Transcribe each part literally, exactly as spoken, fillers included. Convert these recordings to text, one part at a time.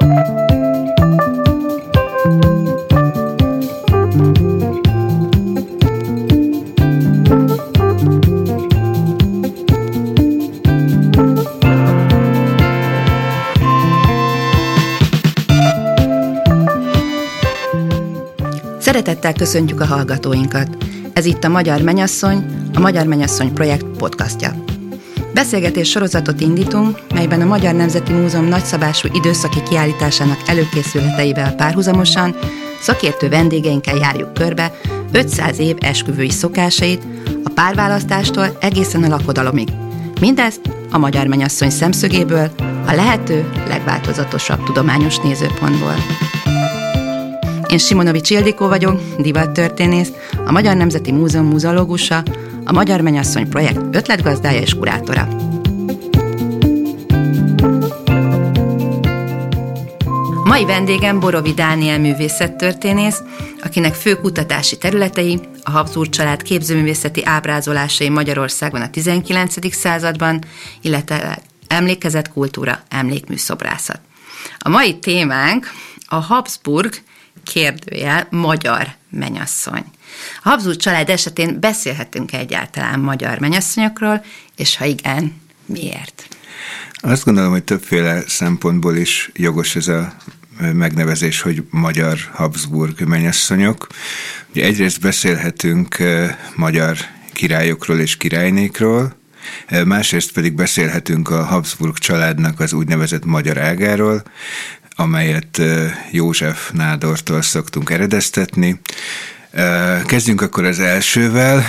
Szeretettel köszöntjük a hallgatóinkat. Ez itt a Magyar Mennyasszony, a Magyar Mennyasszony projekt podcastja. Beszélgetés sorozatot indítunk, melyben a Magyar Nemzeti Múzeum nagyszabású időszaki kiállításának előkészületeivel párhuzamosan szakértő vendégeinkkel járjuk körbe ötszáz év esküvői szokásait, a párválasztástól egészen a lakodalomig. Mindezt a Magyar Mennyasszony szemszögéből, a lehető legváltozatosabb tudományos nézőpontból. Én Simonovics Ildikó vagyok, divattörténész, a Magyar Nemzeti Múzeum muzeológusa, a Magyar Mennyasszony projekt ötletgazdája és kurátora. Mai vendégem Borovi Dániel művészettörténész, akinek fő kutatási területei a Habsburg család képzőművészeti ábrázolásai Magyarországon a tizenkilencedik században, illetve emlékezett kultúra, emlékműszobrászat. A mai témánk a Habsburg kérdőjel magyar mennyasszony. A Habsburg család esetén beszélhetünk egyáltalán magyar mennyasszonyokról, és ha igen, miért? Azt gondolom, hogy többféle szempontból is jogos ez a megnevezés, hogy magyar Habsburg mennyasszonyok. Ugye egyrészt beszélhetünk magyar királyokról és királynékról, másrészt pedig beszélhetünk a Habsburg családnak az úgynevezett magyar ágáról, amelyet József nádortól szoktunk eredeztetni. Kezdjünk akkor az elsővel.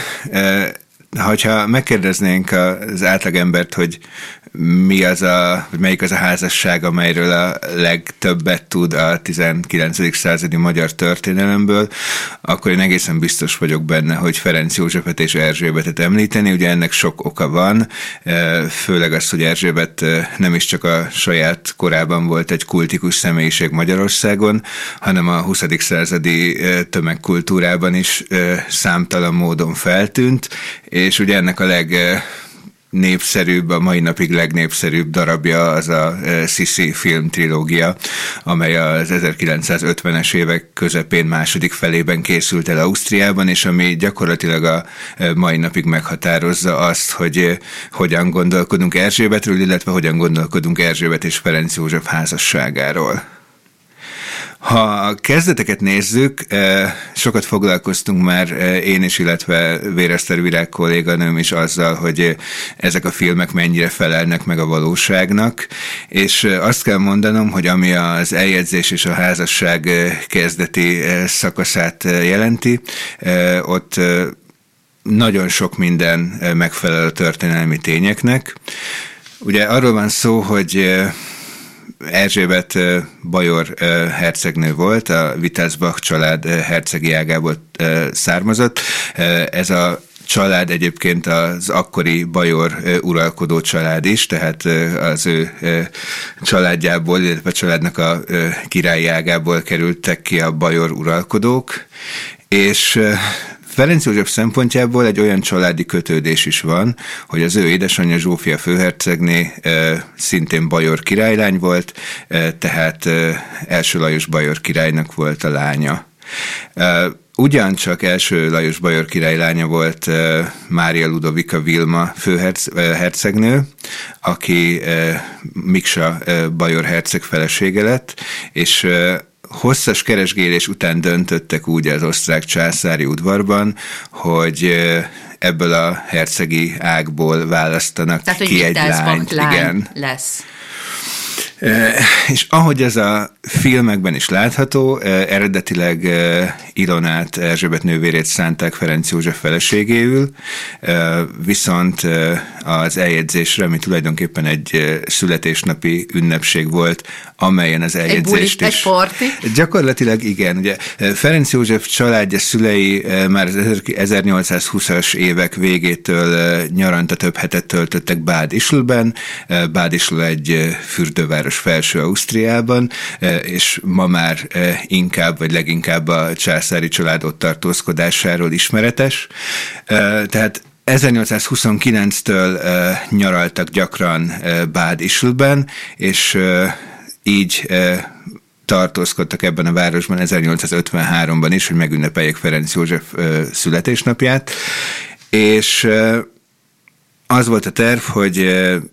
Ha megkérdeznénk az átlagembert, hogy mi az a, melyik az a házasság, amelyről a legtöbbet tud a tizenkilencedik századi magyar történelemből, akkor én egészen biztos vagyok benne, hogy Ferenc Józsefet és Erzsébetet említeni. Ugye ennek sok oka van, főleg az, hogy Erzsébet nem is csak a saját korában volt egy kultikus személyiség Magyarországon, hanem a huszadik századi tömegkultúrában is számtalan módon feltűnt, és ugye ennek a leg népszerűbb, a mai napig legnépszerűbb darabja az a Sisi film trilógia, amely az ezerkilencszázötvenes évek közepén második felében készült el Ausztriában, és ami gyakorlatilag a mai napig meghatározza azt, hogy hogyan gondolkodunk Erzsébetről, illetve hogyan gondolkodunk Erzsébet és Ferenc József házasságáról. Ha a kezdeteket nézzük, sokat foglalkoztunk már én is, illetve Véreszter Virág kolléganőm is azzal, hogy ezek a filmek mennyire felelnek meg a valóságnak, és azt kell mondanom, hogy ami az eljegyzés és a házasság kezdeti szakaszát jelenti, ott nagyon sok minden megfelel a történelmi tényeknek. Ugye arról van szó, hogy Erzsébet bajor hercegnő volt, a Wittelsbach család hercegi ágából származott. Ez a család egyébként az akkori bajor uralkodó család is, tehát az ő családjából, illetve a családnak a királyi ágából kerültek ki a bajor uralkodók, és Ferenc József szempontjából egy olyan családi kötődés is van, hogy az ő édesanyja Zsófia főhercegné szintén bajor királylány volt, tehát első Lajos bajor királynak volt a lánya. Ugyancsak első Lajos bajor király lánya volt Mária Ludovika Vilma főhercegnő, aki Miksa bajor herceg felesége lett, és hosszas keresgélés után döntöttek úgy az osztrák császári udvarban, hogy ebből a hercegi ágból választanak Tehát, ki egy lányt. Igen. lesz. És ahogy ez a filmekben is látható, eredetileg Ilonát, Erzsébet nővérét szánták Ferenc József feleségéül, viszont az eljegyzésre, ami tulajdonképpen egy születésnapi ünnepség volt, amelyen az eljegyzést egy is... Egy gyakorlatilag igen. Ugye Ferenc József családja szülei már az ezernyolcszázhúszas évek végétől nyaranta több hetet töltöttek Bad Ischlben. Bad Ischl egy fürdőváros felső Ausztriában, és ma már inkább, vagy leginkább a császári család ott tartózkodásáról ismeretes. Tehát ezernyolcszázhuszonkilenctől nyaraltak gyakran Bad Ischlben, és így tartózkodtak ebben a városban ezernyolcszázötvenháromban is, hogy megünnepeljék Ferenc József születésnapját, és az volt a terv, hogy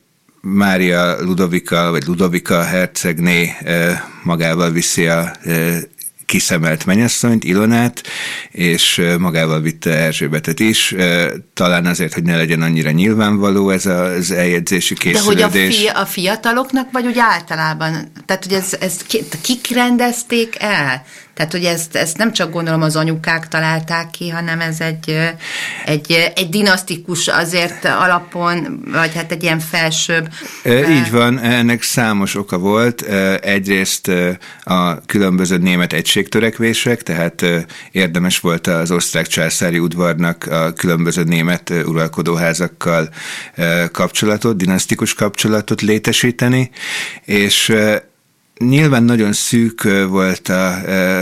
Mária Ludovika, vagy Ludovika hercegné magával viszi a kiszemelt mennyasszonyt, Ilonát, és magával vitte Erzsébetet is, talán azért, hogy ne legyen annyira nyilvánvaló ez az eljegyzési készülődés. De hogy a, fi- a fiataloknak, vagy úgy általában? Tehát, hogy ez, ez kik rendezték el? Tehát, hogy ezt, ezt nem csak gondolom az anyukák találták ki, hanem ez egy, egy, egy dinasztikus azért alapon, vagy hát egy ilyen felsőbb. Így van, ennek számos oka volt. Egyrészt a különböző német egységtörekvések, tehát érdemes volt az osztrák császári udvarnak a különböző német uralkodóházakkal kapcsolatot, dinasztikus kapcsolatot létesíteni, és nyilván nagyon szűk volt a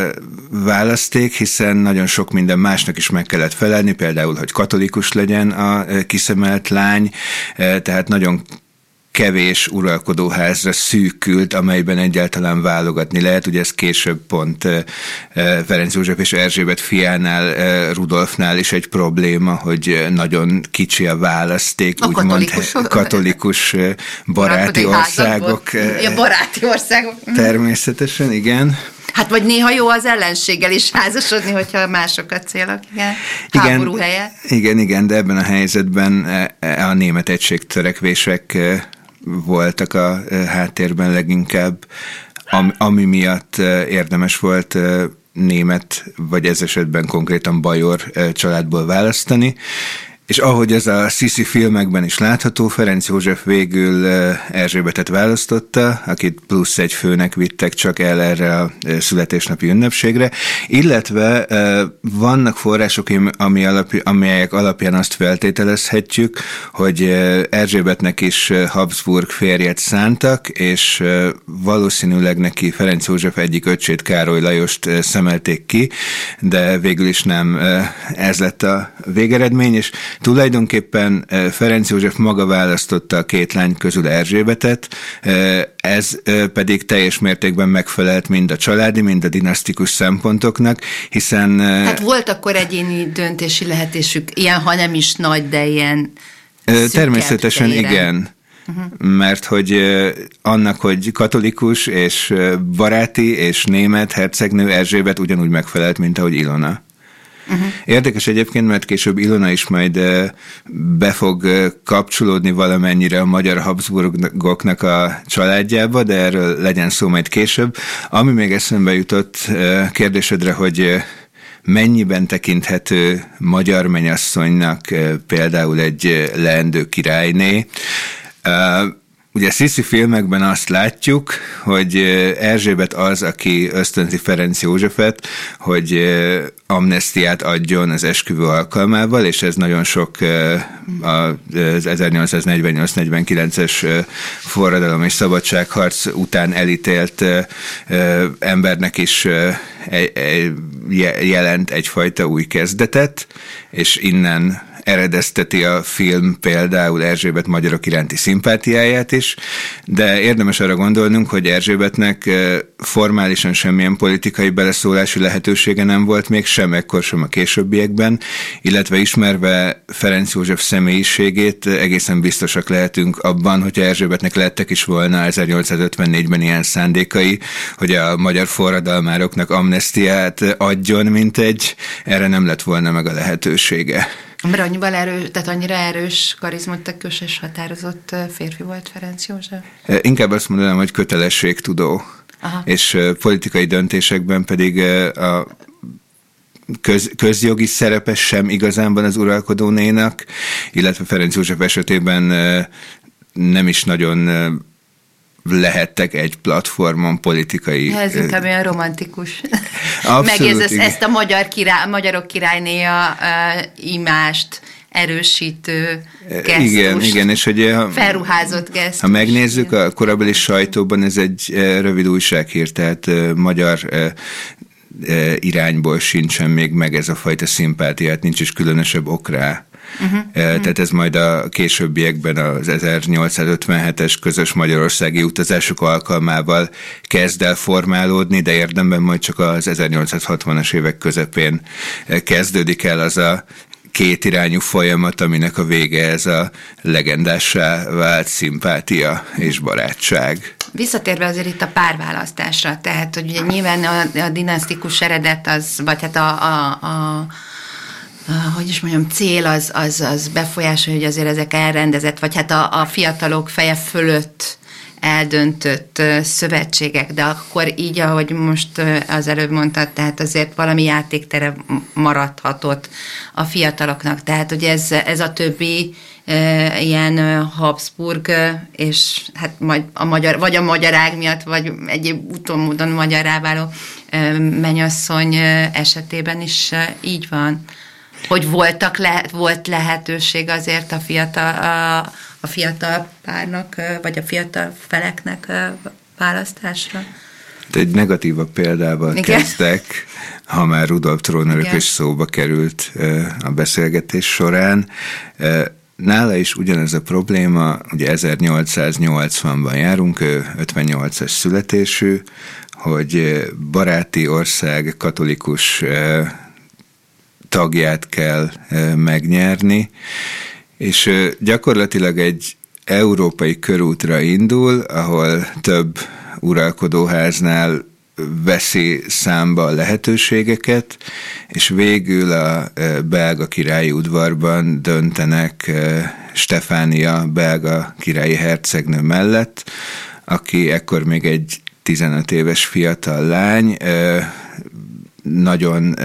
választék, hiszen nagyon sok minden másnak is meg kellett felelni, például, hogy katolikus legyen a kiszemelt lány, tehát nagyon kevés uralkodóházra szűkült, amelyben egyáltalán válogatni lehet. Ugye ez később pont Ferenc József és Erzsébet fiánál, Rudolfnál is egy probléma, hogy nagyon kicsi a választék, a úgymond katolikus, katolikus baráti országok. Ja, baráti országok. Természetesen, igen. Hát vagy néha jó az ellenséggel is házasodni, hogyha másokat célok, igen. igen. Háború helye. Igen, igen, de ebben a helyzetben a német egységtörekvések voltak a háttérben leginkább, ami miatt érdemes volt német, vagy ez esetben konkrétan bajor családból választani. És ahogy ez a Sisi filmekben is látható, Ferenc József végül Erzsébetet választotta, akit plusz egy főnek vittek csak el erre a születésnapi ünnepségre, illetve vannak források, ami alapj, amelyek alapján azt feltételezhetjük, hogy Erzsébetnek is Habsburg férjet szántak, és valószínűleg neki Ferenc József egyik öccsét, Károly Lajost szemelték ki, de végül is nem ez lett a végeredmény, és tulajdonképpen Ferenc József maga választotta a két lány közül Erzsébetet, ez pedig teljes mértékben megfelelt mind a családi, mind a dinasztikus szempontoknak, hiszen... Hát volt akkor egyéni döntési lehetésük, ilyen, ha nem is nagy, de ilyen természetesen téren. Igen. Uh-huh. Mert hogy annak, hogy katolikus és baráti és német hercegnő Erzsébet ugyanúgy megfelelt, mint ahogy Ilona. Uh-huh. Érdekes egyébként, mert később Ilona is majd be fog kapcsolódni valamennyire a magyar Habsburgoknak a családjába, de erről legyen szó majd később. Ami még eszembe jutott kérdésedre, hogy mennyiben tekinthető magyar mennyasszonynak például egy leendő királyné. Ugye a Sisi filmekben azt látjuk, hogy Erzsébet az, aki ösztönzi Ferenc Józsefet, hogy amnesztiát adjon az esküvő alkalmával, és ez nagyon sok az ezernyolcszáznegyvennyolc negyvenkilences forradalom és szabadságharc után elítélt embernek is jelent egyfajta új kezdetet, és innen eredezteti a film például Erzsébet magyarok iránti szimpátiáját is, de érdemes arra gondolnunk, hogy Erzsébetnek formálisan semmilyen politikai beleszólási lehetősége nem volt még sem ekkor, sem a későbbiekben, illetve ismerve Ferenc József személyiségét egészen biztosak lehetünk abban, hogy Erzsébetnek lettek is volna ezernyolcszázötvennégyben ilyen szándékai, hogy a magyar forradalmároknak amnesztiát adjon, mint egy, erre nem lett volna meg a lehetősége. Mert annyival erős, tehát annyira erős, karizmatikus és határozott férfi volt Ferenc József? Inkább azt mondanám, hogy kötelességtudó. Aha. És politikai döntésekben pedig a köz, közjogi szerepe sem igazán van az uralkodónénak, illetve Ferenc József esetében nem is nagyon lehettek egy platformon politikai... Ja, ez inkább olyan romantikus. Abszolút, meg ez, ezt a magyar király, magyarok királynéja uh, imást erősítő gesztus. Igen, igen, és hogy ha, felruházott gesztus. Ha megnézzük, a korabeli sajtóban ez egy rövid újsághír, tehát magyar irányból sincsen még meg ez a fajta szimpátiát, nincs is különösebb ok rá. Uh-huh. Tehát ez majd a későbbiekben az ezernyolcszázötvenhetes közös magyarországi utazások alkalmával kezd el formálódni, de érdemben majd csak az ezernyolcszázhatvanas évek közepén kezdődik el az a kétirányú folyamat, aminek a vége ez a legendássá vált szimpátia és barátság. Visszatérve azért itt a párválasztásra, tehát hogy ugye nyilván a, a dinasztikus eredet az, vagy hát a, a, a hogy is mondjam, cél az, az, az befolyásolja, hogy azért ezek elrendezett, vagy hát a, a fiatalok feje fölött eldöntött szövetségek, de akkor így, ahogy most az előbb mondtad, tehát azért valami játéktere maradhatott a fiataloknak. Tehát, hogy ez, ez a többi e, ilyen Habsburg, és hát majd a magyar, vagy a magyar ág miatt, vagy egyéb utómódon magyarrá váló e, mennyasszony esetében is e, így van. Hogy voltak le, volt lehetőség azért a fiatal, a, a fiatal párnak, vagy a fiatal feleknek választásra? Egy negatívabb példával Igen. kezdek, ha már Rudolf trónörök is szóba került a beszélgetés során. Nála is ugyanez a probléma, ugye ezernyolcszáznyolcvanban járunk, ő ötvennyolcas születésű, hogy baráti ország katolikus tagját kell megnyerni, és gyakorlatilag egy európai körútra indul, ahol több uralkodóháznál veszi számba a lehetőségeket, és végül a belga királyi udvarban döntenek Stefánia belga királyi hercegnő mellett, aki ekkor még egy tizenöt éves fiatal lány, nagyon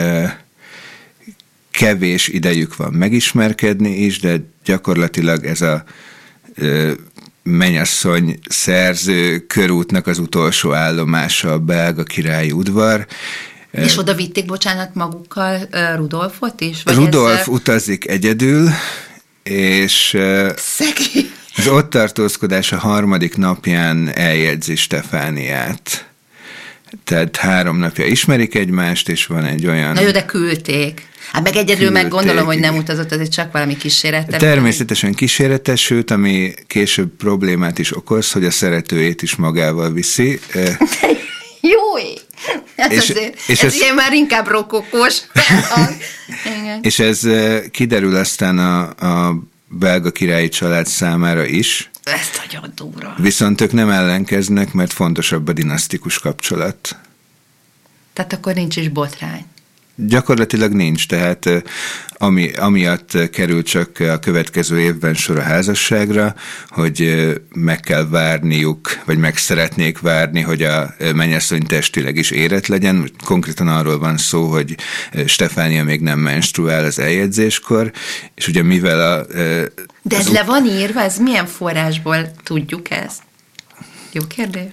kevés idejük van megismerkedni is, de gyakorlatilag ez a ö, mennyasszony szerző körútnak az utolsó állomása a belga királyi udvar. És oda vitték, bocsánat, magukkal uh, Rudolfot is? Vagy Rudolf ezzel... utazik egyedül, és uh, az ott tartózkodás a harmadik napján eljegyzi Stefániát. Tehát három napja ismerik egymást, és van egy olyan... Na jó, de küldték. Hát meg egyedül meg gondolom, hogy nem utazott, azért csak valami kíséretes. Természetesen kíséretes, sőt, ami később problémát is okoz, hogy a szeretőjét is magával viszi. Jó ég! Ez, és, azért, és ez, ez ilyen már inkább rokokos. És ez kiderül aztán a, a belga királyi család számára is. Ez nagyon durva. Viszont ők nem ellenkeznek, mert fontosabb a dinasztikus kapcsolat. Tehát akkor nincs is botrány. Gyakorlatilag nincs, tehát ami, amiatt kerül csak a következő évben sor a házasságra, hogy meg kell várniuk, vagy meg szeretnék várni, hogy a mennyasszony testileg is érett legyen. Konkrétan arról van szó, hogy Stefánia még nem menstruál az eljegyzéskor, és ugye mivel a... De ez le van írva? Ez milyen forrásból tudjuk ezt? Jó kérdés.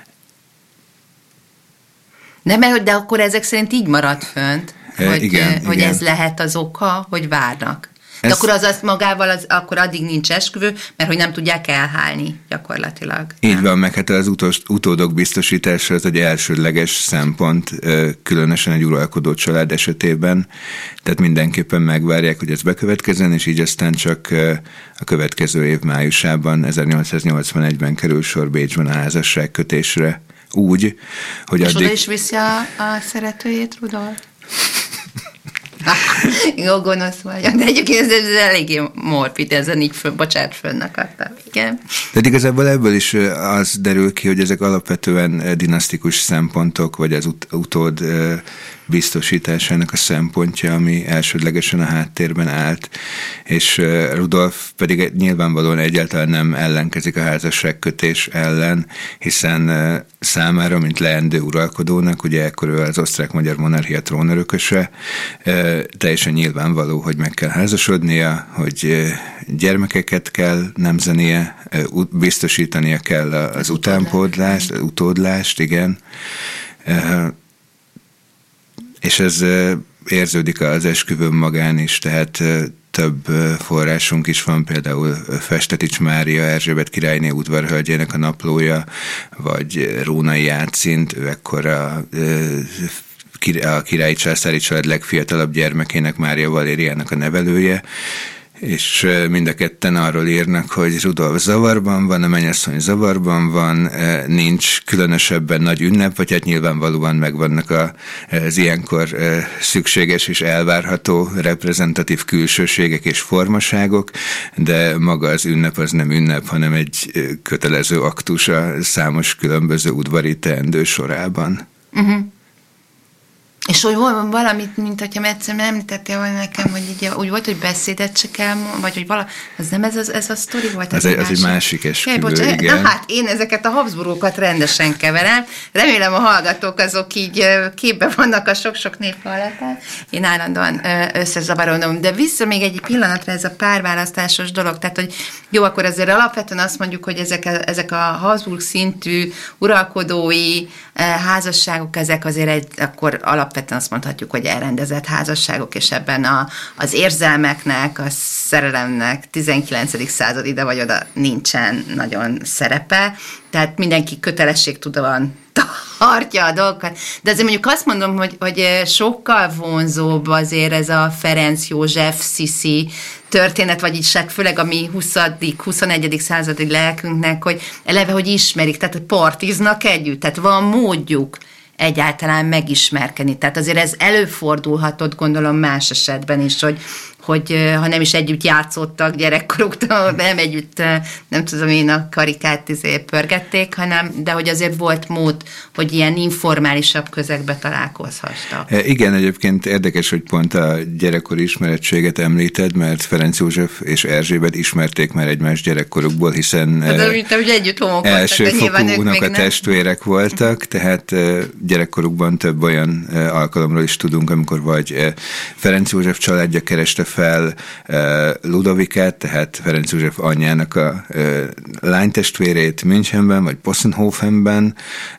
Nem, mert de akkor ezek szerint így marad fönt, e, hogy, igen, hogy igen. Ez lehet az oka, hogy várnak. De ez... akkor az azt magával, az, akkor addig nincs esküvő, mert hogy nem tudják elhálni gyakorlatilag. Így nem? van, meg hát az utos, utódok biztosítása az egy elsődleges szempont, különösen egy uralkodó család esetében, tehát mindenképpen megvárják, hogy ez bekövetkezzen, és így aztán csak a következő év májusában, ezernyolcszáznyolcvanegyben kerül sor Bécsben a házasságkötésre. Úgy, hogy és addig... oda is viszi a, a szeretőjét, Rudolf? Jó, gonosz vagy. De egyébként ez, ez eléggé morbid, ezen így föl, bocsánat, fönnek adtam. Igen. De igazából ebből is az derül ki, hogy ezek alapvetően dinasztikus szempontok, vagy az ut- utód biztosításának a szempontja, ami elsődlegesen a háttérben állt, és Rudolf pedig nyilvánvalóan egyáltalán nem ellenkezik a házasságkötés ellen, hiszen számára, mint leendő uralkodónak, ugye ekkor ő az osztrák-magyar monarchia trónörököse, teljesen nyilvánvaló, hogy meg kell házasodnia, hogy gyermekeket kell nemzenie, biztosítania kell az utánpótlást, az utódlást, igen. És ez érződik az esküvőn magán is, tehát több forrásunk is van, például Festetics Mária, Erzsébet királyné udvarhölgyének a naplója, vagy Rónai Játszint, ő ekkor a, a királyi császári család legfiatalabb gyermekének, Mária Valériának a nevelője, és mind a ketten arról írnak, hogy Rudolf zavarban van, a mennyasszony zavarban van, nincs különösebben nagy ünnep, vagy hát nyilvánvalóan megvannak az ilyenkor szükséges és elvárható reprezentatív külsőségek és formaságok, de maga az ünnep az nem ünnep, hanem egy kötelező aktus a számos különböző udvari teendő sorában. Uh-huh. És hogy valamit, mint hogyha egyszer említettél volna nekem, hogy így úgy volt, hogy beszédet se kell, vagy hogy vala, az nem ez, az, ez a sztori volt? Az, egy, az egy másik esküvő, Jaj, igen. Na hát én ezeket a Habsburgokat rendesen keverem. Remélem a hallgatók azok így képbe vannak a sok-sok név hallatán. Én állandóan összezavarodom. De vissza még egy pillanatra ez a párválasztásos dolog. Tehát, hogy jó, akkor azért alapvetően azt mondjuk, hogy ezek a, ezek a Habsburg szintű uralkodói házasságok, ezek azért egy, akkor alapvetően azt mondhatjuk, hogy elrendezett házasságok, és ebben a, az érzelmeknek, a szerelemnek tizenkilencedik század ide vagy oda nincsen nagyon szerepe, tehát mindenki kötelességtudaton tartja a dolgokat. De azért mondjuk azt mondom, hogy, hogy sokkal vonzóbb azért ez a Ferenc József Sziszi történet, vagy így főleg a mi huszadik huszonegyedik századi lelkünknek, hogy eleve, hogy ismerik, tehát hogy partiznak együtt, tehát van módjuk egyáltalán megismerkedni. Tehát azért ez előfordulhatott, gondolom más esetben is, hogy, hogy ha nem is együtt játszottak gyerekkoruktól, nem együtt, nem tudom én, a karikát izé pörgették, hanem, de hogy azért volt mód, hogy ilyen informálisabb közegbe találkozhastak. Igen, egyébként érdekes, hogy pont a gyerekkori ismerettséget említed, mert Ferenc József és Erzsébet ismerték már egymás gyerekkorukból, hiszen de, de, ugye együtt elsőfokú unokatestvérek voltak, tehát gyerekkorukban több olyan alkalomról is tudunk, amikor vagy Ferenc József családja kereste fel Ludovikát, tehát Ferenc József anyjának a lánytestvérét Münchenben, vagy Possenhofenben,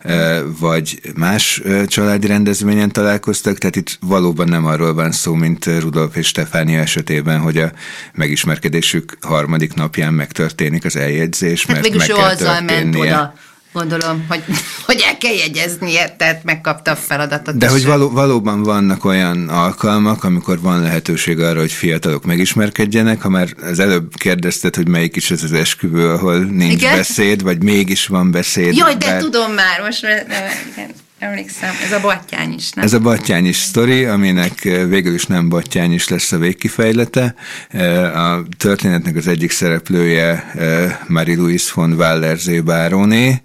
vagy más családi rendezvényen találkoztak, tehát itt valóban nem arról van szó, mint Rudolf és Stefánia esetében, hogy a megismerkedésük harmadik napján megtörténik az eljegyzés, hát mert meg kell történnie. Gondolom, hogy, hogy el kell jegyeznie, tehát megkapta a feladatot. De hogy való, valóban vannak olyan alkalmak, amikor van lehetőség arra, hogy fiatalok megismerkedjenek, ha már az előbb kérdezted, hogy melyik is ez az esküvő, ahol nincs igen? beszéd, vagy mégis van beszéd. Jaj, de bár... tudom már, most mert, igen, emlékszem, ez a Battyány is, nem? Ez a Battyány is sztori, aminek végül is nem Battyány is lesz a végkifejlete. A történetnek az egyik szereplője Marie-Louise von Wallersee báróné,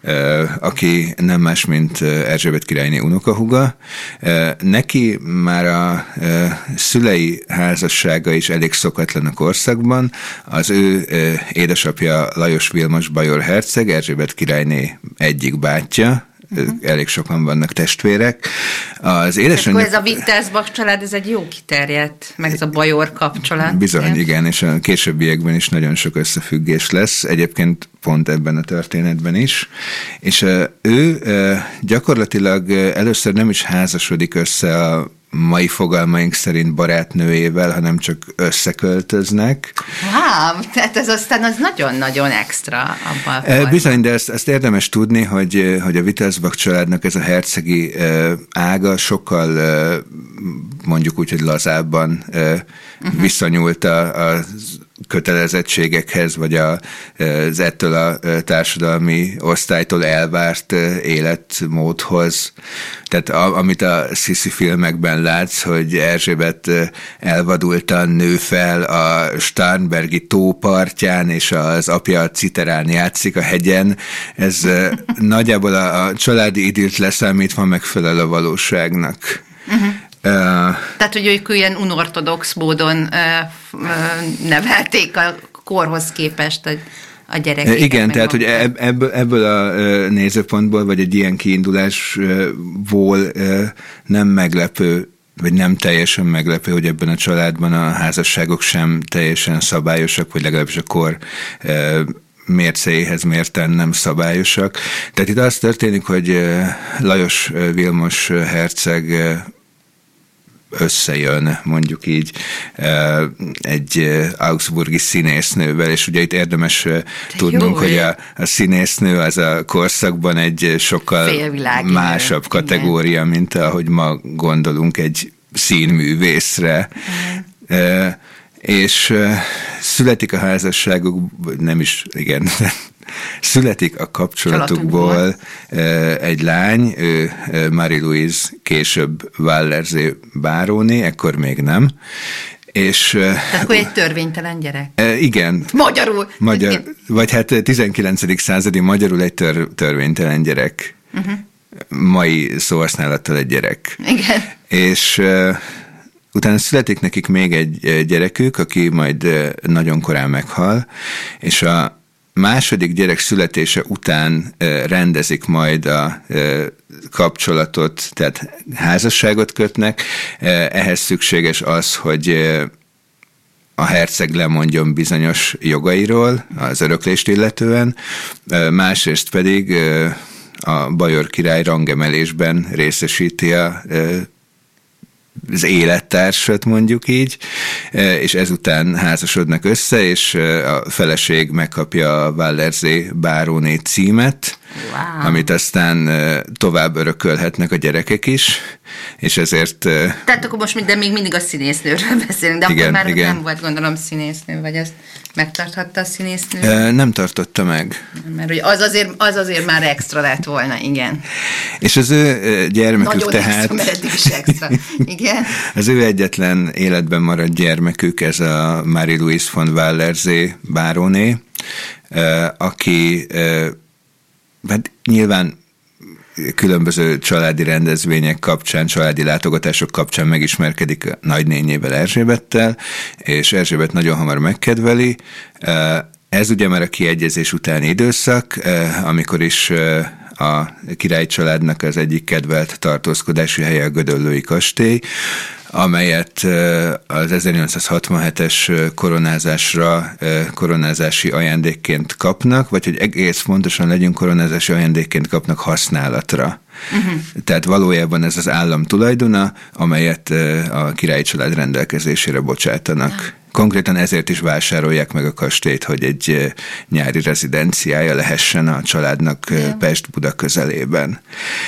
aki nem más, mint Erzsébet királyné unokahúga. Neki már a szülei házassága is elég szokatlan a korszakban. Az ő édesapja Lajos Vilmos bajor herceg, Erzsébet királyné egyik bátyja, Uh-huh. elég sokan vannak testvérek. Az édesanyja... ez a Wittelsbach család, ez egy jó kiterjedt, meg ez a bajor kapcsolat. Bizony, igen, igen, és a későbbiekben is nagyon sok összefüggés lesz, egyébként pont ebben a történetben is. És ő gyakorlatilag először nem is házasodik össze a mai fogalmaink szerint barátnőjével, hanem csak összeköltöznek. Wow, tehát ez aztán az nagyon-nagyon extra abban. Bizony, de ezt, ezt érdemes tudni, hogy, hogy a Wittelsbach családnak ez a hercegi ága sokkal mondjuk úgy, hogy lazábban uh-huh. viszonyult a, a kötelezettségekhez, vagy a, az ettől a társadalmi osztálytól elvárt életmódhoz. Tehát a, amit a Sziszi filmekben látsz, hogy Erzsébet elvadultan nő fel a Starnbergi tópartján, és az apja a citerán játszik a hegyen, ez nagyjából a, a családi idillt leszámítva megfelel a valóságnak. Uh-huh. Uh, Tehát, hogy ők ilyen unortodox módon uh, uh, nevelték a korhoz képest a, a gyerekeket. Igen, tehát, hogy ebből, ebből a nézőpontból, vagy egy ilyen kiindulásból nem meglepő, vagy nem teljesen meglepő, hogy ebben a családban a házasságok sem teljesen szabályosak, vagy legalábbis a kor mércéhez mérten nem szabályosak. Tehát itt az történik, hogy Lajos Vilmos herceg összejön, mondjuk így, egy augsburgi színésznővel, és ugye itt érdemes Te tudnunk, jó, hogy a, a színésznő az a korszakban egy sokkal másabb kategória, igen. mint ahogy ma gondolunk egy színművészre. Mm. És uh, születik a házasságuk, nem is, igen, születik a kapcsolatukból uh, egy lány, ő uh, Marie-Louise, később Wallersee báróné, ekkor még nem. És, tehát akkor egy törvénytelen gyerek? Uh, igen. Magyarul? Magyar, igen. Vagy hát tizenkilencedik századi magyarul egy tör, törvénytelen gyerek. Uh-huh. Mai szóhasználattal egy gyerek. Igen. És uh, utána születik nekik még egy gyerekük, aki majd nagyon korán meghal, és a második gyerek születése után rendezik majd a kapcsolatot, tehát házasságot kötnek. Ehhez szükséges az, hogy a herceg lemondjon bizonyos jogairól az öröklést illetően, másrészt pedig a bajor király rangemelésben részesíti a az élettársat, mondjuk így, és ezután házasodnak össze, és a feleség megkapja a Wallersee báróné címet, wow. amit aztán tovább örökölhetnek a gyerekek is, és ezért... Tehát akkor most de még mindig a színésznőről beszélünk, de igen, akkor már igen. nem volt, gondolom, színésznő, vagy ezt megtarthatta a színésznő? Nem tartotta meg. Mert hogy az azért, az azért már extra lett volna, igen. És az ő gyermekük nagyon tehát... Nagyon extra, mert eddig is extra. Igen. Az ő egyetlen életben maradt gyermekük, ez a Marie-Louise von Wallersee báróné, aki hát nyilván különböző családi rendezvények kapcsán, családi látogatások kapcsán megismerkedik a nagynényével, Erzsébettel, és Erzsébet nagyon hamar megkedveli. Ez ugye már a kiegyezés utáni időszak, amikor is a királyi családnak az egyik kedvelt tartózkodási helye a Gödöllői kastély, amelyet az ezernyolcszázhatvanhetes koronázásra koronázási ajándékként kapnak, vagy hogy egész pontosan legyünk, koronázási ajándékként kapnak használatra. Uh-huh. Tehát valójában ez az állam tulajdona, amelyet a királyi család rendelkezésére bocsátanak. Uh-huh. Konkrétan ezért is vásárolják meg a kastélyt, hogy egy nyári rezidenciája lehessen a családnak uh-huh. Pest-Buda közelében.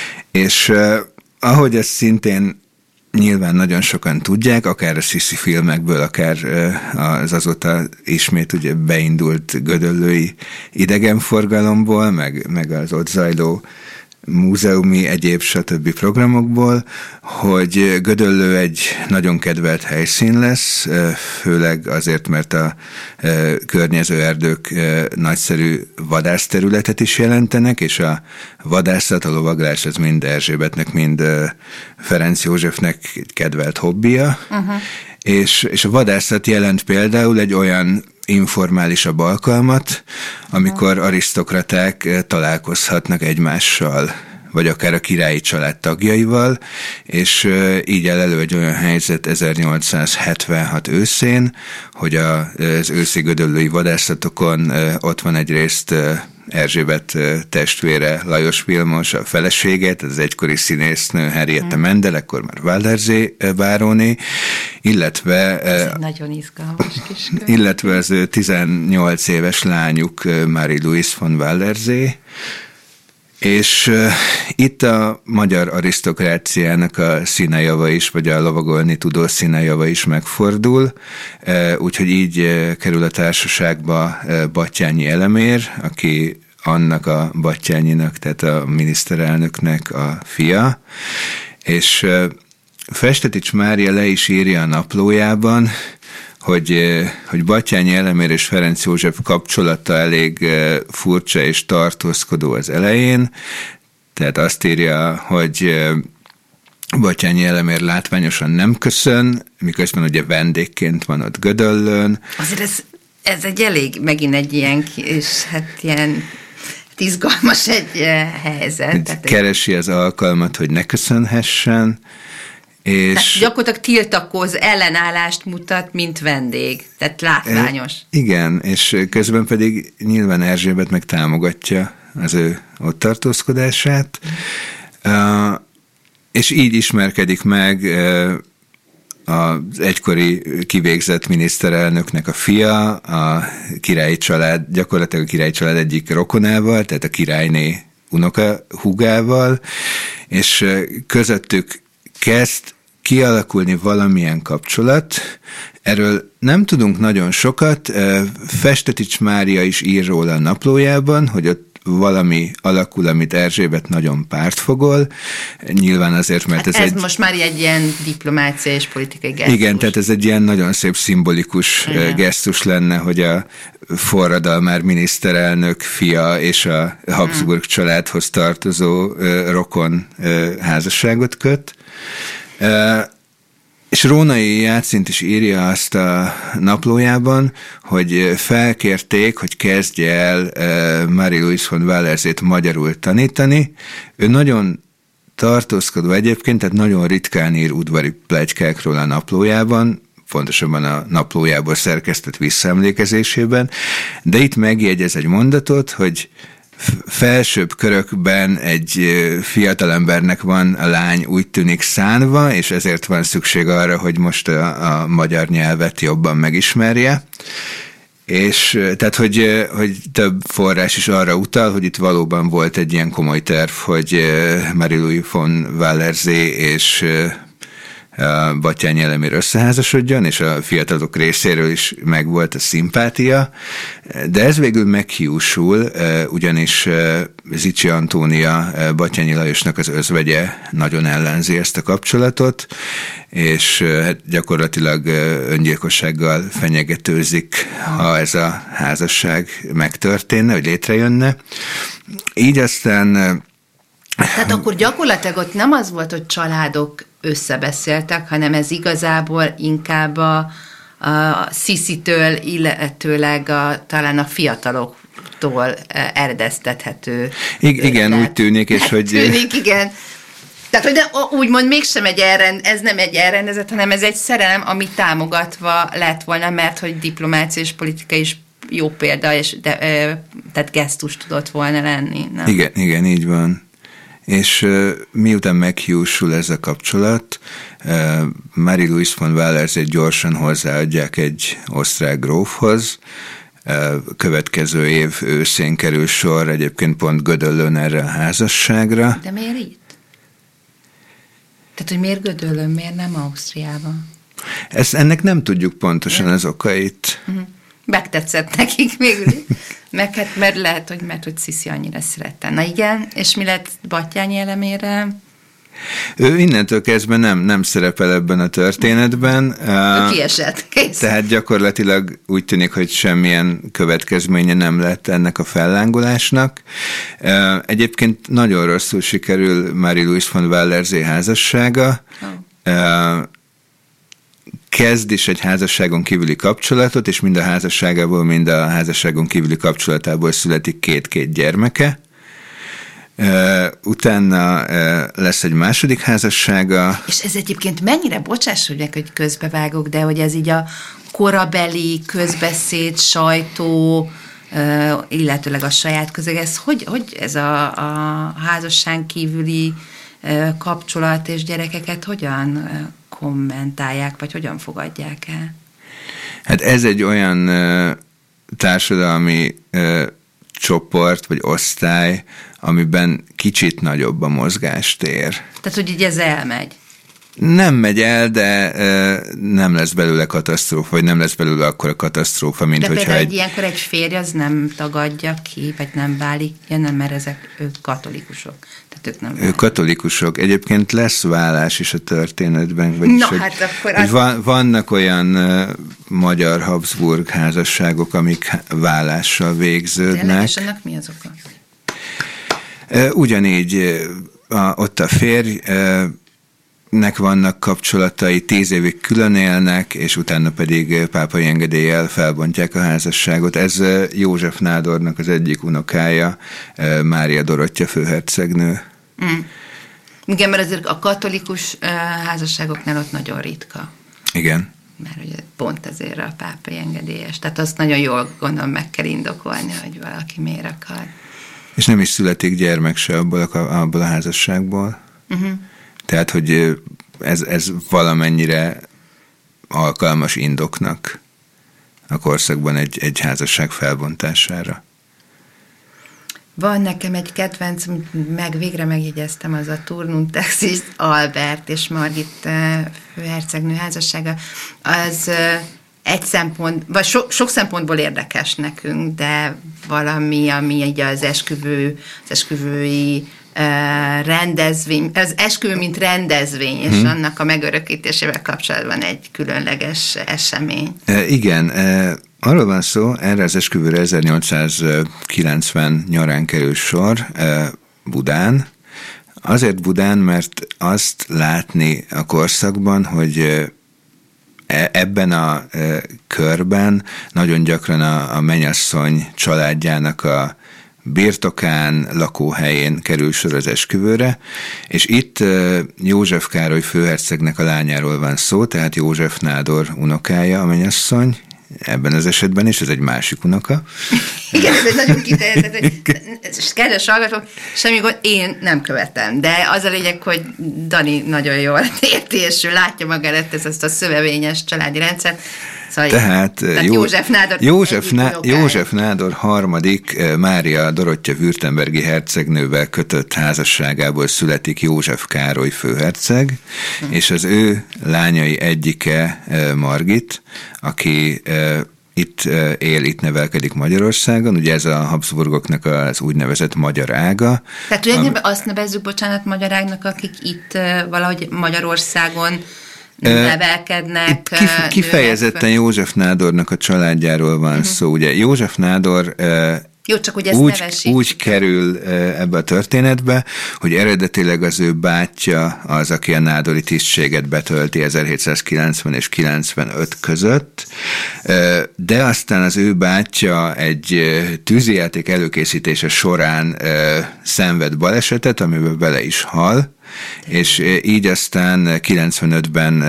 És ahogy ez szintén nyilván nagyon sokan tudják, akár a Sissi filmekből, akár az azóta ismét ugye beindult gödöllői idegenforgalomból, meg, meg az ott zajló múzeumi, egyéb stb. Programokból, hogy Gödöllő egy nagyon kedvelt helyszín lesz, főleg azért, mert a környező erdők nagyszerű vadászterületet is jelentenek, és a vadászat, a lovaglás, ez mind Erzsébetnek, mind Ferenc Józsefnek egy kedvelt hobbija, uh-huh. és, és a vadászat jelent például egy olyan informálisabb alkalmat, amikor arisztokraták találkozhatnak egymással, vagy akár a királyi család tagjaival, és így áll elő egy olyan helyzet ezernyolcszázhetvenhat őszén, hogy az őszi gödöllői vadászatokon ott van egyrészt Erzsébet testvére, Lajos Vilmos, a feleséget, az egykori színésznő Henriette hmm. Mendel, akkor már Wallersee báróné, illetve... Ez egy nagyon izgalmas kiskönyv. Illetve az ő tizennyolc éves lányuk, Marie-Louise von Wallersee, és uh, itt a magyar arisztokráciának a színejava is, vagy a lovagolni tudó színejava is megfordul, uh, úgyhogy így uh, kerül a társaságba uh, Batthyány Elemér, aki annak a Batthyányinak, tehát a miniszterelnöknek a fia, és uh, Festetics Mária le is írja a naplójában, hogy, hogy Batthyány Elemér és Ferenc József kapcsolata elég furcsa és tartózkodó az elején, tehát azt írja, hogy Batthyány Elemér látványosan nem köszön, miközben ugye vendégként van ott Gödöllőn. Azért ez, ez egy elég, megint egy ilyen, és hát ilyen izgalmas egy helyzet. Keresi az alkalmat, hogy ne köszönhessen, és tehát gyakorlatilag tiltakoz, ellenállást mutat, mint vendég. Tehát látványos. Igen, és közben pedig nyilván Erzsébet meg támogatja az ő ott tartózkodását, uh, és így ismerkedik meg uh, az egykori kivégzett miniszterelnöknek a fia, a királyi család, gyakorlatilag a királyi család egyik rokonával, tehát a királyné unoka húgával, és uh, közöttük kezd kialakulni valamilyen kapcsolat. Erről nem tudunk nagyon sokat. Festetics Mária is ír róla a naplójában, hogy ott valami alakul, amit Erzsébet nagyon pártfogol. Nyilván azért, mert hát ez, ez egy... egy... most már egy ilyen diplomácia és politikai gesztus. Igen, tehát ez egy ilyen nagyon szép szimbolikus igen. gesztus lenne, hogy a forradalmár miniszterelnök fia és a Habsburg hmm. családhoz tartozó rokon házasságot köt. És Rónai Játszint is írja azt a naplójában, hogy felkérték, hogy kezdje el Marie-Louise von Wallersét magyarul tanítani. Ő nagyon tartózkodó egyébként, tehát nagyon ritkán ír udvari pletykákról a naplójában, pontosabban a naplójából szerkesztett visszaemlékezésében, de itt megjegyez egy mondatot, hogy felsőbb körökben egy fiatalembernek van a lány úgy tűnik szánva, és ezért van szükség arra, hogy most a, a magyar nyelvet jobban megismerje. És tehát, hogy, hogy több forrás is arra utal, hogy itt valóban volt egy ilyen komoly terv, hogy Marie-Louise von Wallersé és Batthyány Elemér összeházasodjon, és a fiatalok részéről is megvolt a szimpátia, de ez végül meghiúsul, ugyanis Zichy Antónia, Batthyányi Lajosnak az özvegye nagyon ellenzi ezt a kapcsolatot, és hát gyakorlatilag öngyilkossággal fenyegetőzik, ha ez a házasság megtörténne, vagy létrejönne. Így aztán... Tehát akkor gyakorlatilag ott nem az volt, hogy családok összebeszéltek, hanem ez igazából inkább a, a Sisi-től, illetőleg a, talán a fiataloktól eredeztethető. I- igen, lehet, úgy tűnik, és hogy... Tűnik, igen. Tehát, hogy de, úgymond mégsem egy elrend, ez nem egy elrendezet, hanem ez egy szerelem, ami támogatva lett volna, mert hogy diplomácia és politika is jó példa, és de, tehát gesztus tudott volna lenni. Nem? Igen, igen, így van. És uh, miután meghiúsul ez a kapcsolat, uh, Marie-Louise von Wallersét gyorsan hozzáadják egy osztrák grófhoz. Uh, következő év őszén kerül sor egyébként pont Gödöllön erre a házasságra. De miért itt? Tehát, hogy miért Gödöllön, miért nem Ausztriában? Ezt, ennek nem tudjuk pontosan az okait. Uh-huh. Megtetszett nekik végül. Meg hát, mert lehet, hogy mert hogy Sisi annyira szerette. Na igen, és mi lett Batthyány Elemére? Ő innentől kezdve nem, nem szerepel ebben a történetben. Ő kiesett, kész. Tehát gyakorlatilag úgy tűnik, hogy semmilyen következménye nem lett ennek a fellángolásnak. Egyébként nagyon rosszul sikerül Marie-Louise von Wallersé házassága. Oh. Kezd is egy házasságon kívüli kapcsolatot, és mind a házasságából, mind a házasságon kívüli kapcsolatából születik két-két gyermeke. Utána lesz egy második házassága. És ez egyébként mennyire, bocsáss, hogy meg, hogy közbevágok, de hogy ez így a korabeli közbeszéd, sajtó, illetőleg a saját közeg, ez hogy, hogy ez a, a házasság kívüli kapcsolat és gyerekeket hogyan kommentálják, vagy hogyan fogadják el? Hát ez egy olyan uh, társadalmi uh, csoport, vagy osztály, amiben kicsit nagyobb a mozgástér. Tehát, hogy így ez elmegy? Nem megy el, de uh, nem lesz belőle katasztrófa, vagy nem lesz belőle akkora katasztrófa, mint de hogyha például egy... egy ilyenkor egy férj az nem tagadja ki, vagy nem válik, ja nem, mert ezek ők katolikusok. Tehát ők nem. Ők katolikusok. Egyébként lesz vállás is a történetben. Vagyis, no, hogy, hát akkor hogy az... van, vannak olyan uh, magyar Habsburg házasságok, amik vállással végződnek. Tényleg, és ennek mi az oka? Uh, ugyanígy uh, a, ott a férj uh, nek vannak kapcsolatai, tíz évig külön élnek, és utána pedig pápai engedéllyel felbontják a házasságot. Ez József nádornak az egyik unokája, Mária Dorottya főhercegnő. Mm. Igen, mert azért a katolikus házasságoknál ott nagyon ritka. Igen. Mert ugye pont ezért a pápai engedélyes. Tehát azt nagyon jól gondolom meg kell indokolni, hogy valaki miért akar. És nem is születik gyermek se abból a, abból a házasságból. Uh-huh. Tehát, hogy ez, ez valamennyire alkalmas indoknak a korszakban egy, egy házasság felbontására. Van nekem egy kedvenc, meg végre megjegyeztem, az a Turnus Taxis Albert és Margit főhercegnő házassága. Az egy szempont, vagy so, sok szempontból érdekes nekünk, de valami, ami így az esküvő, az esküvői rendezvény, az esküvő, mint rendezvény, és hmm. annak a megörökítésével kapcsolatban egy különleges esemény. E, igen, e, arról van szó, erre az esküvőre ezernyolcszázkilencven nyarán kerül sor e, Budán. Azért Budán, mert azt látni a korszakban, hogy ebben a e, körben nagyon gyakran a, a mennyasszony családjának a birtokán, lakóhelyén kerül sor az esküvőre, és itt József Károly főhercegnek a lányáról van szó, tehát József Nádor unokája a mennyasszony, ebben az esetben is, ez egy másik unoka. Igen, ez egy nagyon kiterjedt, kedves hallgatók, semmi gond, én nem követem, de az a lényeg, hogy Dani nagyon jól érti, és ő látja maga előtt ezt a szövevényes családi rendszert. Szóval Tehát, tehát Jó, József Nádor József, Ná, József Nádor harmadik Mária Dorottya württembergi hercegnővel kötött házasságából születik József Károly főherceg, hm. és az ő lányai egyike Margit, aki itt él, itt nevelkedik Magyarországon, ugye ez a Habsburgoknak az úgynevezett magyar ága. Tehát ugye am- azt nevezzük, bocsánat, magyar ágnak, akik itt valahogy Magyarországon nevelkednek. Itt kif- kifejezetten József Nádornak a családjáról van uh-huh. szó. Ugye József Nádor Jó, csak hogy ezt úgy, úgy kerül ebbe a történetbe, hogy eredetileg az ő bátyja az, aki a nádori tisztséget betölti ezerhétszázkilencven és kilencvenöt között, de aztán az ő bátyja egy tűzijáték előkészítése során szenved balesetet, amiben bele is hal, és így aztán kilencvenötben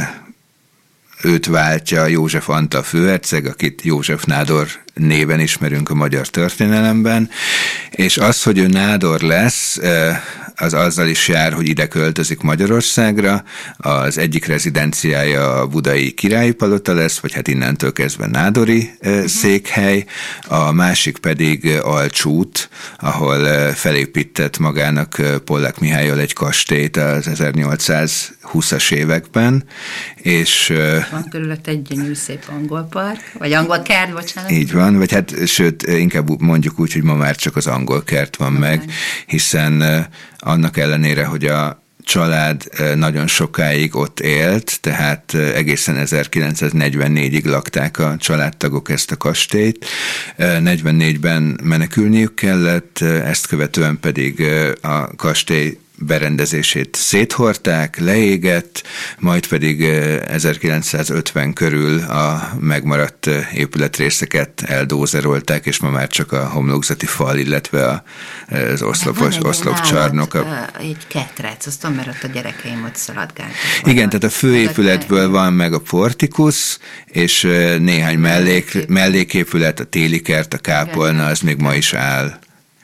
őt váltja József Antal főherceg, akit József Nádor néven ismerünk a magyar történelemben, és az, hogy ő Nádor lesz, az azzal is jár, hogy ide költözik Magyarországra, az egyik rezidenciája a budai királyi palota lesz, vagy hát innentől kezdve nádori uh-huh. székhely, a másik pedig Alcsút, ahol felépített magának Pollák Mihállyal egy kastélyt az ezernyolcszázhúszas években, és... Van körülött egy gyönyörű szép angol park, vagy angol kert, bocsánat. Így van, vagy hát sőt, inkább mondjuk úgy, hogy ma már csak az angol kert van meg, hiszen annak ellenére, hogy a család nagyon sokáig ott élt, tehát egészen ezerkilencszáznegyvennégyig lakták a családtagok ezt a kastélyt. negyvennégyben menekülniük kellett, ezt követően pedig a kastély berendezését széthordták, leégett, majd pedig ezerkilencszázötven körül a megmaradt épületrészeket eldózerolták, és ma már csak a homlokzati fal, illetve az oszlopos, oszlopcsarnok. A... Egy ketrec, azt tudom, mert ott a gyerekeim ott szaladgáltak. Igen, tehát a főépületből van meg a portikusz, és néhány mellék, melléképület, a téli kert, a kápolna, az még ma is áll.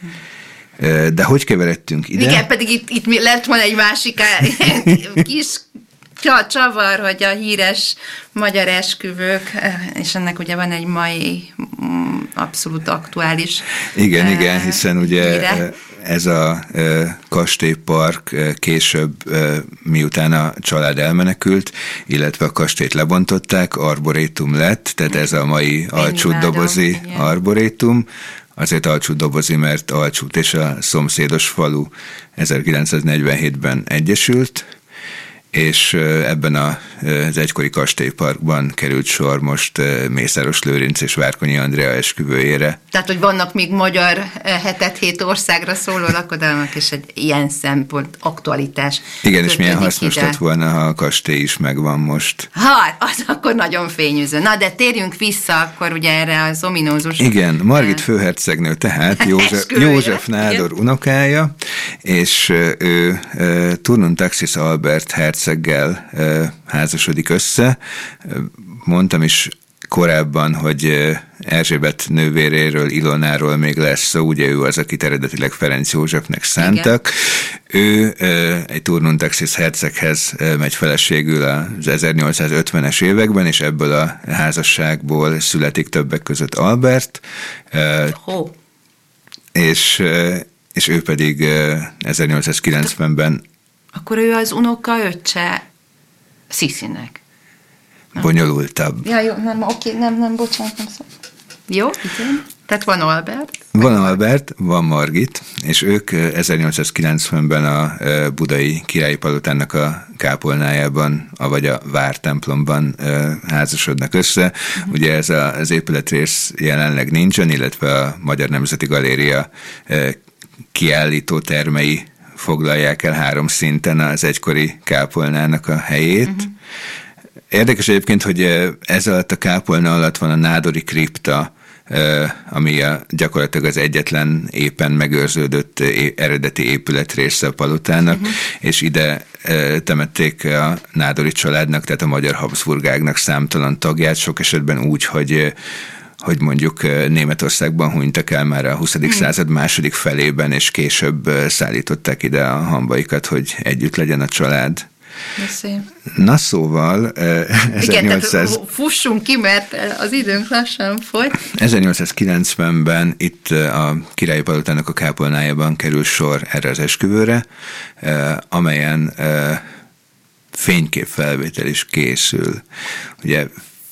De hogy keveredtünk ide? Igen, pedig itt, itt lett volna egy másik kis csavar, hogy a híres magyar esküvők, és ennek ugye van egy mai abszolút aktuális Igen, uh, igen, hiszen ugye híre. Ez a kastélypark később, miután a család elmenekült, illetve a kastélyt lebontották, arborétum lett, tehát ez a mai Alcsút-dobozi arborétum. Azért Alcsút-dobozi, mert Alcsút és a szomszédos falu ezerkilencszáznegyvenhétben egyesült, és ebben az egykori kastélyparkban került sor most Mészáros Lőrinc és Várkonyi Andrea esküvőjére. Tehát, hogy vannak még magyar hetet hét országra szóló lakodalmak, és egy ilyen szempont, aktualitás. Igen, és milyen hasznos lett volna, ha a kastély is megvan most. Ha, az akkor nagyon fényűző. Na, de térjünk vissza akkor ugye erre az ominózus... Igen, Margit főhercegnő tehát József, József Nádor igen. unokája, és ő Turnus Taxis Albert herceggel házasodik össze. Mondtam is korábban, hogy Erzsébet nővéréről, Ilonáról még lesz szó, ugye ő az, akit eredetileg Ferenc Józsefnek szántak. Igen. Ő egy Turnus Taxis herceghez megy feleségül az ezernyolcszázötvenes években, és ebből a házasságból születik többek között Albert. Oh. és, és ő pedig ezernyolcszázkilencvenben... Akkor ő az unoka öccse Sziszinek. Bonyolultabb. Ja, jó, nem, oké, nem, nem, bocsánat, nem szó. Jó, igen. Tehát van Albert. Van Albert, van Margit, és ők ezernyolcszázkilencvenben a budai királyi palotának a kápolnájában, avagy a vártemplomban házasodnak össze. Uh-huh. Ugye ez a, az épületrész jelenleg nincsen, illetve a Magyar Nemzeti Galéria kiállító termei foglalják el három szinten az egykori kápolnának a helyét. Uh-huh. Érdekes egyébként, hogy ez alatt a kápolna alatt van a nádori kripta, ami a, gyakorlatilag az egyetlen éppen megőrződött eredeti épületrésze a palotának, uh-huh. és ide temették a nádori családnak, tehát a magyar Habsburgágnak számtalan tagját, sok esetben úgy, hogy hogy mondjuk Németországban hunytak el már a huszadik Hmm. század második felében, és később szállították ide a hambaikat, hogy együtt legyen a család. Na szóval ezernyolcszáz... Igen, fussunk ki, mert az időnk lassan fogy. ezernyolcszázkilencvenben itt a királyi palotának a kápolnájában kerül sor erre az esküvőre, amelyen fényképfelvétel is készül. Ugye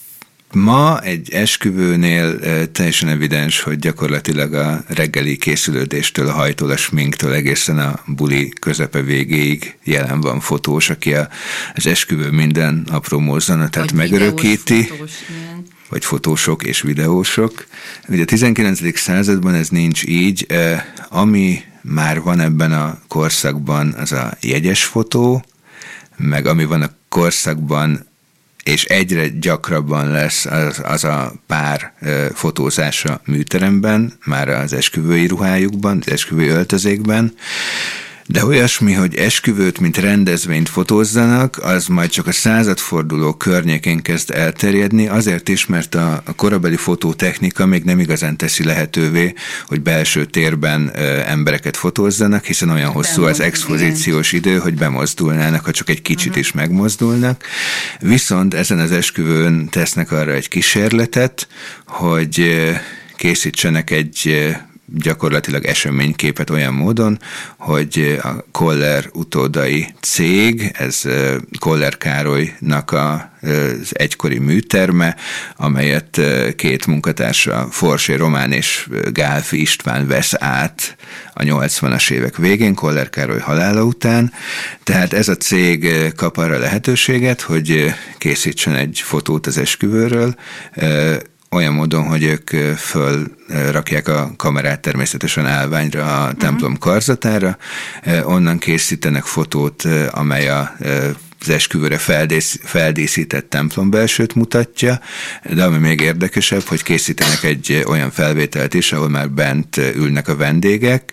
ma egy esküvőnél teljesen evidens, hogy gyakorlatilag a reggeli készülődéstől, a hajtól, a sminktől egészen a buli közepe végéig jelen van fotós, aki az esküvő minden apró mozzanatát megörökíti. Fotós, vagy fotósok és videósok. Ugye a tizenkilencedik században ez nincs így. Ami már van ebben a korszakban, az a jegyes fotó, meg ami van a korszakban, és egyre gyakrabban lesz az, az a pár ö, fotózása műteremben, már az esküvői ruhájukban, az esküvői öltözékben, de olyasmi, hogy esküvőt, mint rendezvényt fotózzanak, az majd csak a századforduló környékén kezd elterjedni, azért is, mert a, a korabeli fotótechnika még nem igazán teszi lehetővé, hogy belső térben ö, embereket fotózzanak, hiszen olyan hosszú az expozíciós idő, hogy bemozdulnának, ha csak egy kicsit uh-huh. is megmozdulnak. Viszont ezen az esküvőn tesznek arra egy kísérletet, hogy ö, készítsenek egy ö, gyakorlatilag eseményképet olyan módon, hogy a Koller utódai cég, ez Koller Károlynak az egykori műterme, amelyet két munkatársa, Forsé Román és Gálfi István vesz át a nyolcvanas évek végén, Koller Károly halála után. Tehát ez a cég kap arra lehetőséget, hogy készítsen egy fotót az esküvőről, olyan módon, hogy ők fölrakják a kamerát természetesen állványra a templom karzatára, onnan készítenek fotót, amely a az esküvőre feldész, feldíszített templom belsőt mutatja, de ami még érdekesebb, hogy készítenek egy olyan felvételt is, ahol már bent ülnek a vendégek,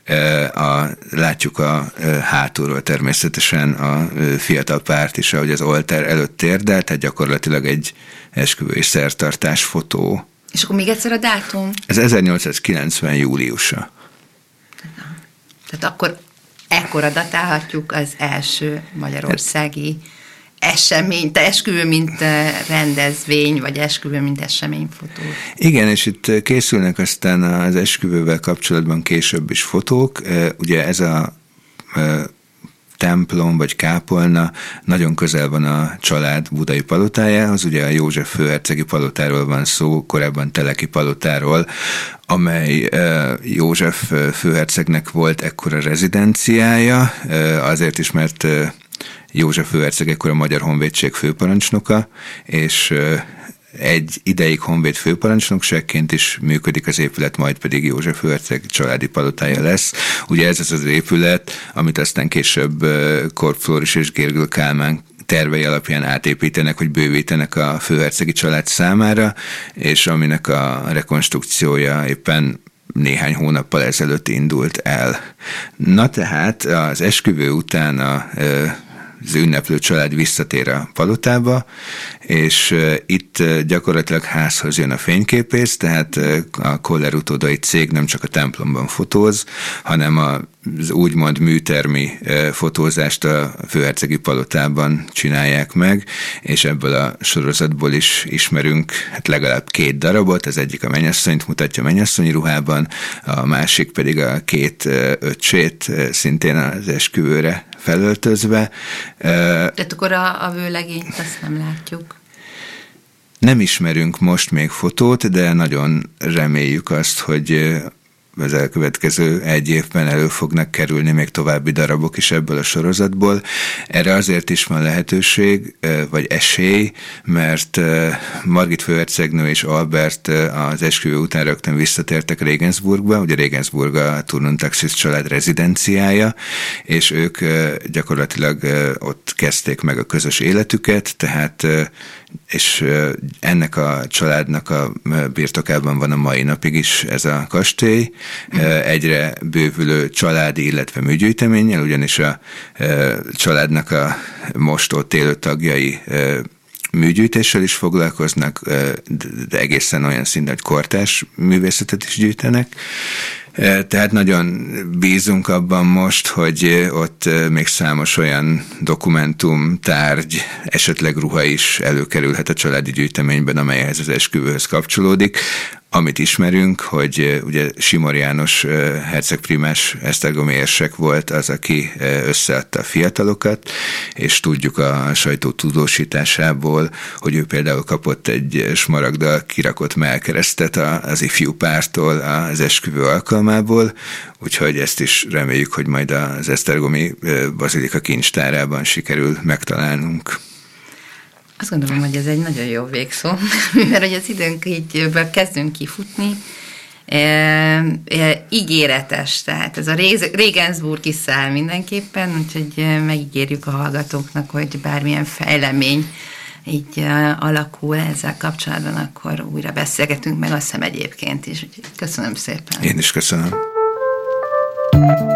a, látjuk a hátulról természetesen a fiatal párt is, ahogy az oltár előtt térdel, tehát gyakorlatilag egy esküvői szertartás fotó. És akkor még egyszer a dátum? Ez ezernyolcszázkilencven júliusa. Tehát akkor ekkora datálhatjuk az első magyarországi esemény, te esküvő, mint rendezvény, vagy esküvő, mint eseményfotó. Igen, és itt készülnek aztán az esküvővel kapcsolatban később is fotók. Ugye ez a templom vagy kápolna nagyon közel van a család budai palotájához, ugye a József főhercegi palotáról van szó, korábban Teleki palotáról, amely József főhercegnek volt ekkora rezidenciája, azért is, mert József főherceg ekkor a Magyar Honvédség főparancsnoka, és egy ideig honvéd főparancsnokságként is működik az épület, majd pedig József főherceg családi palotája lesz. Ugye ez az az épület, amit aztán később Korp Flóris és Gérgül Kálmán tervei alapján átépítenek, hogy bővítenek a főhercegi család számára, és aminek a rekonstrukciója éppen néhány hónappal ezelőtt indult el. Na tehát az esküvő után a az ünneplő család visszatér a palotába, és itt gyakorlatilag házhoz jön a fényképész, tehát a Koller utódai cég nem csak a templomban fotóz, hanem az úgymond műtermi fotózást a főhercegi palotában csinálják meg, és ebből a sorozatból is ismerünk hát legalább két darabot, az egyik a mennyasszonyt mutatja mennyasszonyi ruhában, a másik pedig a két öccsét szintén az esküvőre felöltözve. Tehát akkor a, a vőlegényt azt nem látjuk. Nem ismerünk most még fotót, de nagyon reméljük azt, hogy az elkövetkező egy évben elő fognak kerülni még további darabok is ebből a sorozatból. Erre azért is van lehetőség, vagy esély, mert Margit főhercegnő és Albert az esküvő után rögtön visszatértek Regensburgba, ugye Regensburg a Turnund Taxis család rezidenciája, és ők gyakorlatilag ott kezdték meg a közös életüket, tehát és ennek a családnak a birtokában van a mai napig is ez a kastély, egyre bővülő családi, illetve műgyűjteménnyel, ugyanis a családnak a most ott élő tagjai műgyűjtéssel is foglalkoznak, de egészen olyan szinten, hogy kortárs művészetet is gyűjtenek. Tehát nagyon bízunk abban most, hogy ott még számos olyan dokumentum, tárgy, esetleg ruha is előkerülhet a családi gyűjteményben, amelyhez az esküvőhöz kapcsolódik. Amit ismerünk, hogy ugye Simor János hercegprímás esztergomi érsek volt az, aki összeadta a fiatalokat, és tudjuk a sajtó tudósításából, hogy ő például kapott egy smaragddal kirakott mellkeresztet az ifjú pártól az esküvő alkalmából, úgyhogy ezt is reméljük, hogy majd az esztergomi bazilika kincstárában sikerül megtalálnunk. Azt gondolom, hogy ez egy nagyon jó végszó, mert hogy az időnk így kezdünk kifutni, e, e, ígéretes, tehát ez a Regensburg kiszáll mindenképpen, úgyhogy megígérjük a hallgatóknak, hogy bármilyen fejlemény így alakul ezzel kapcsolatban, akkor újra beszélgetünk, meg azt hiszem egyébként is. Úgyhogy köszönöm szépen. Én is köszönöm.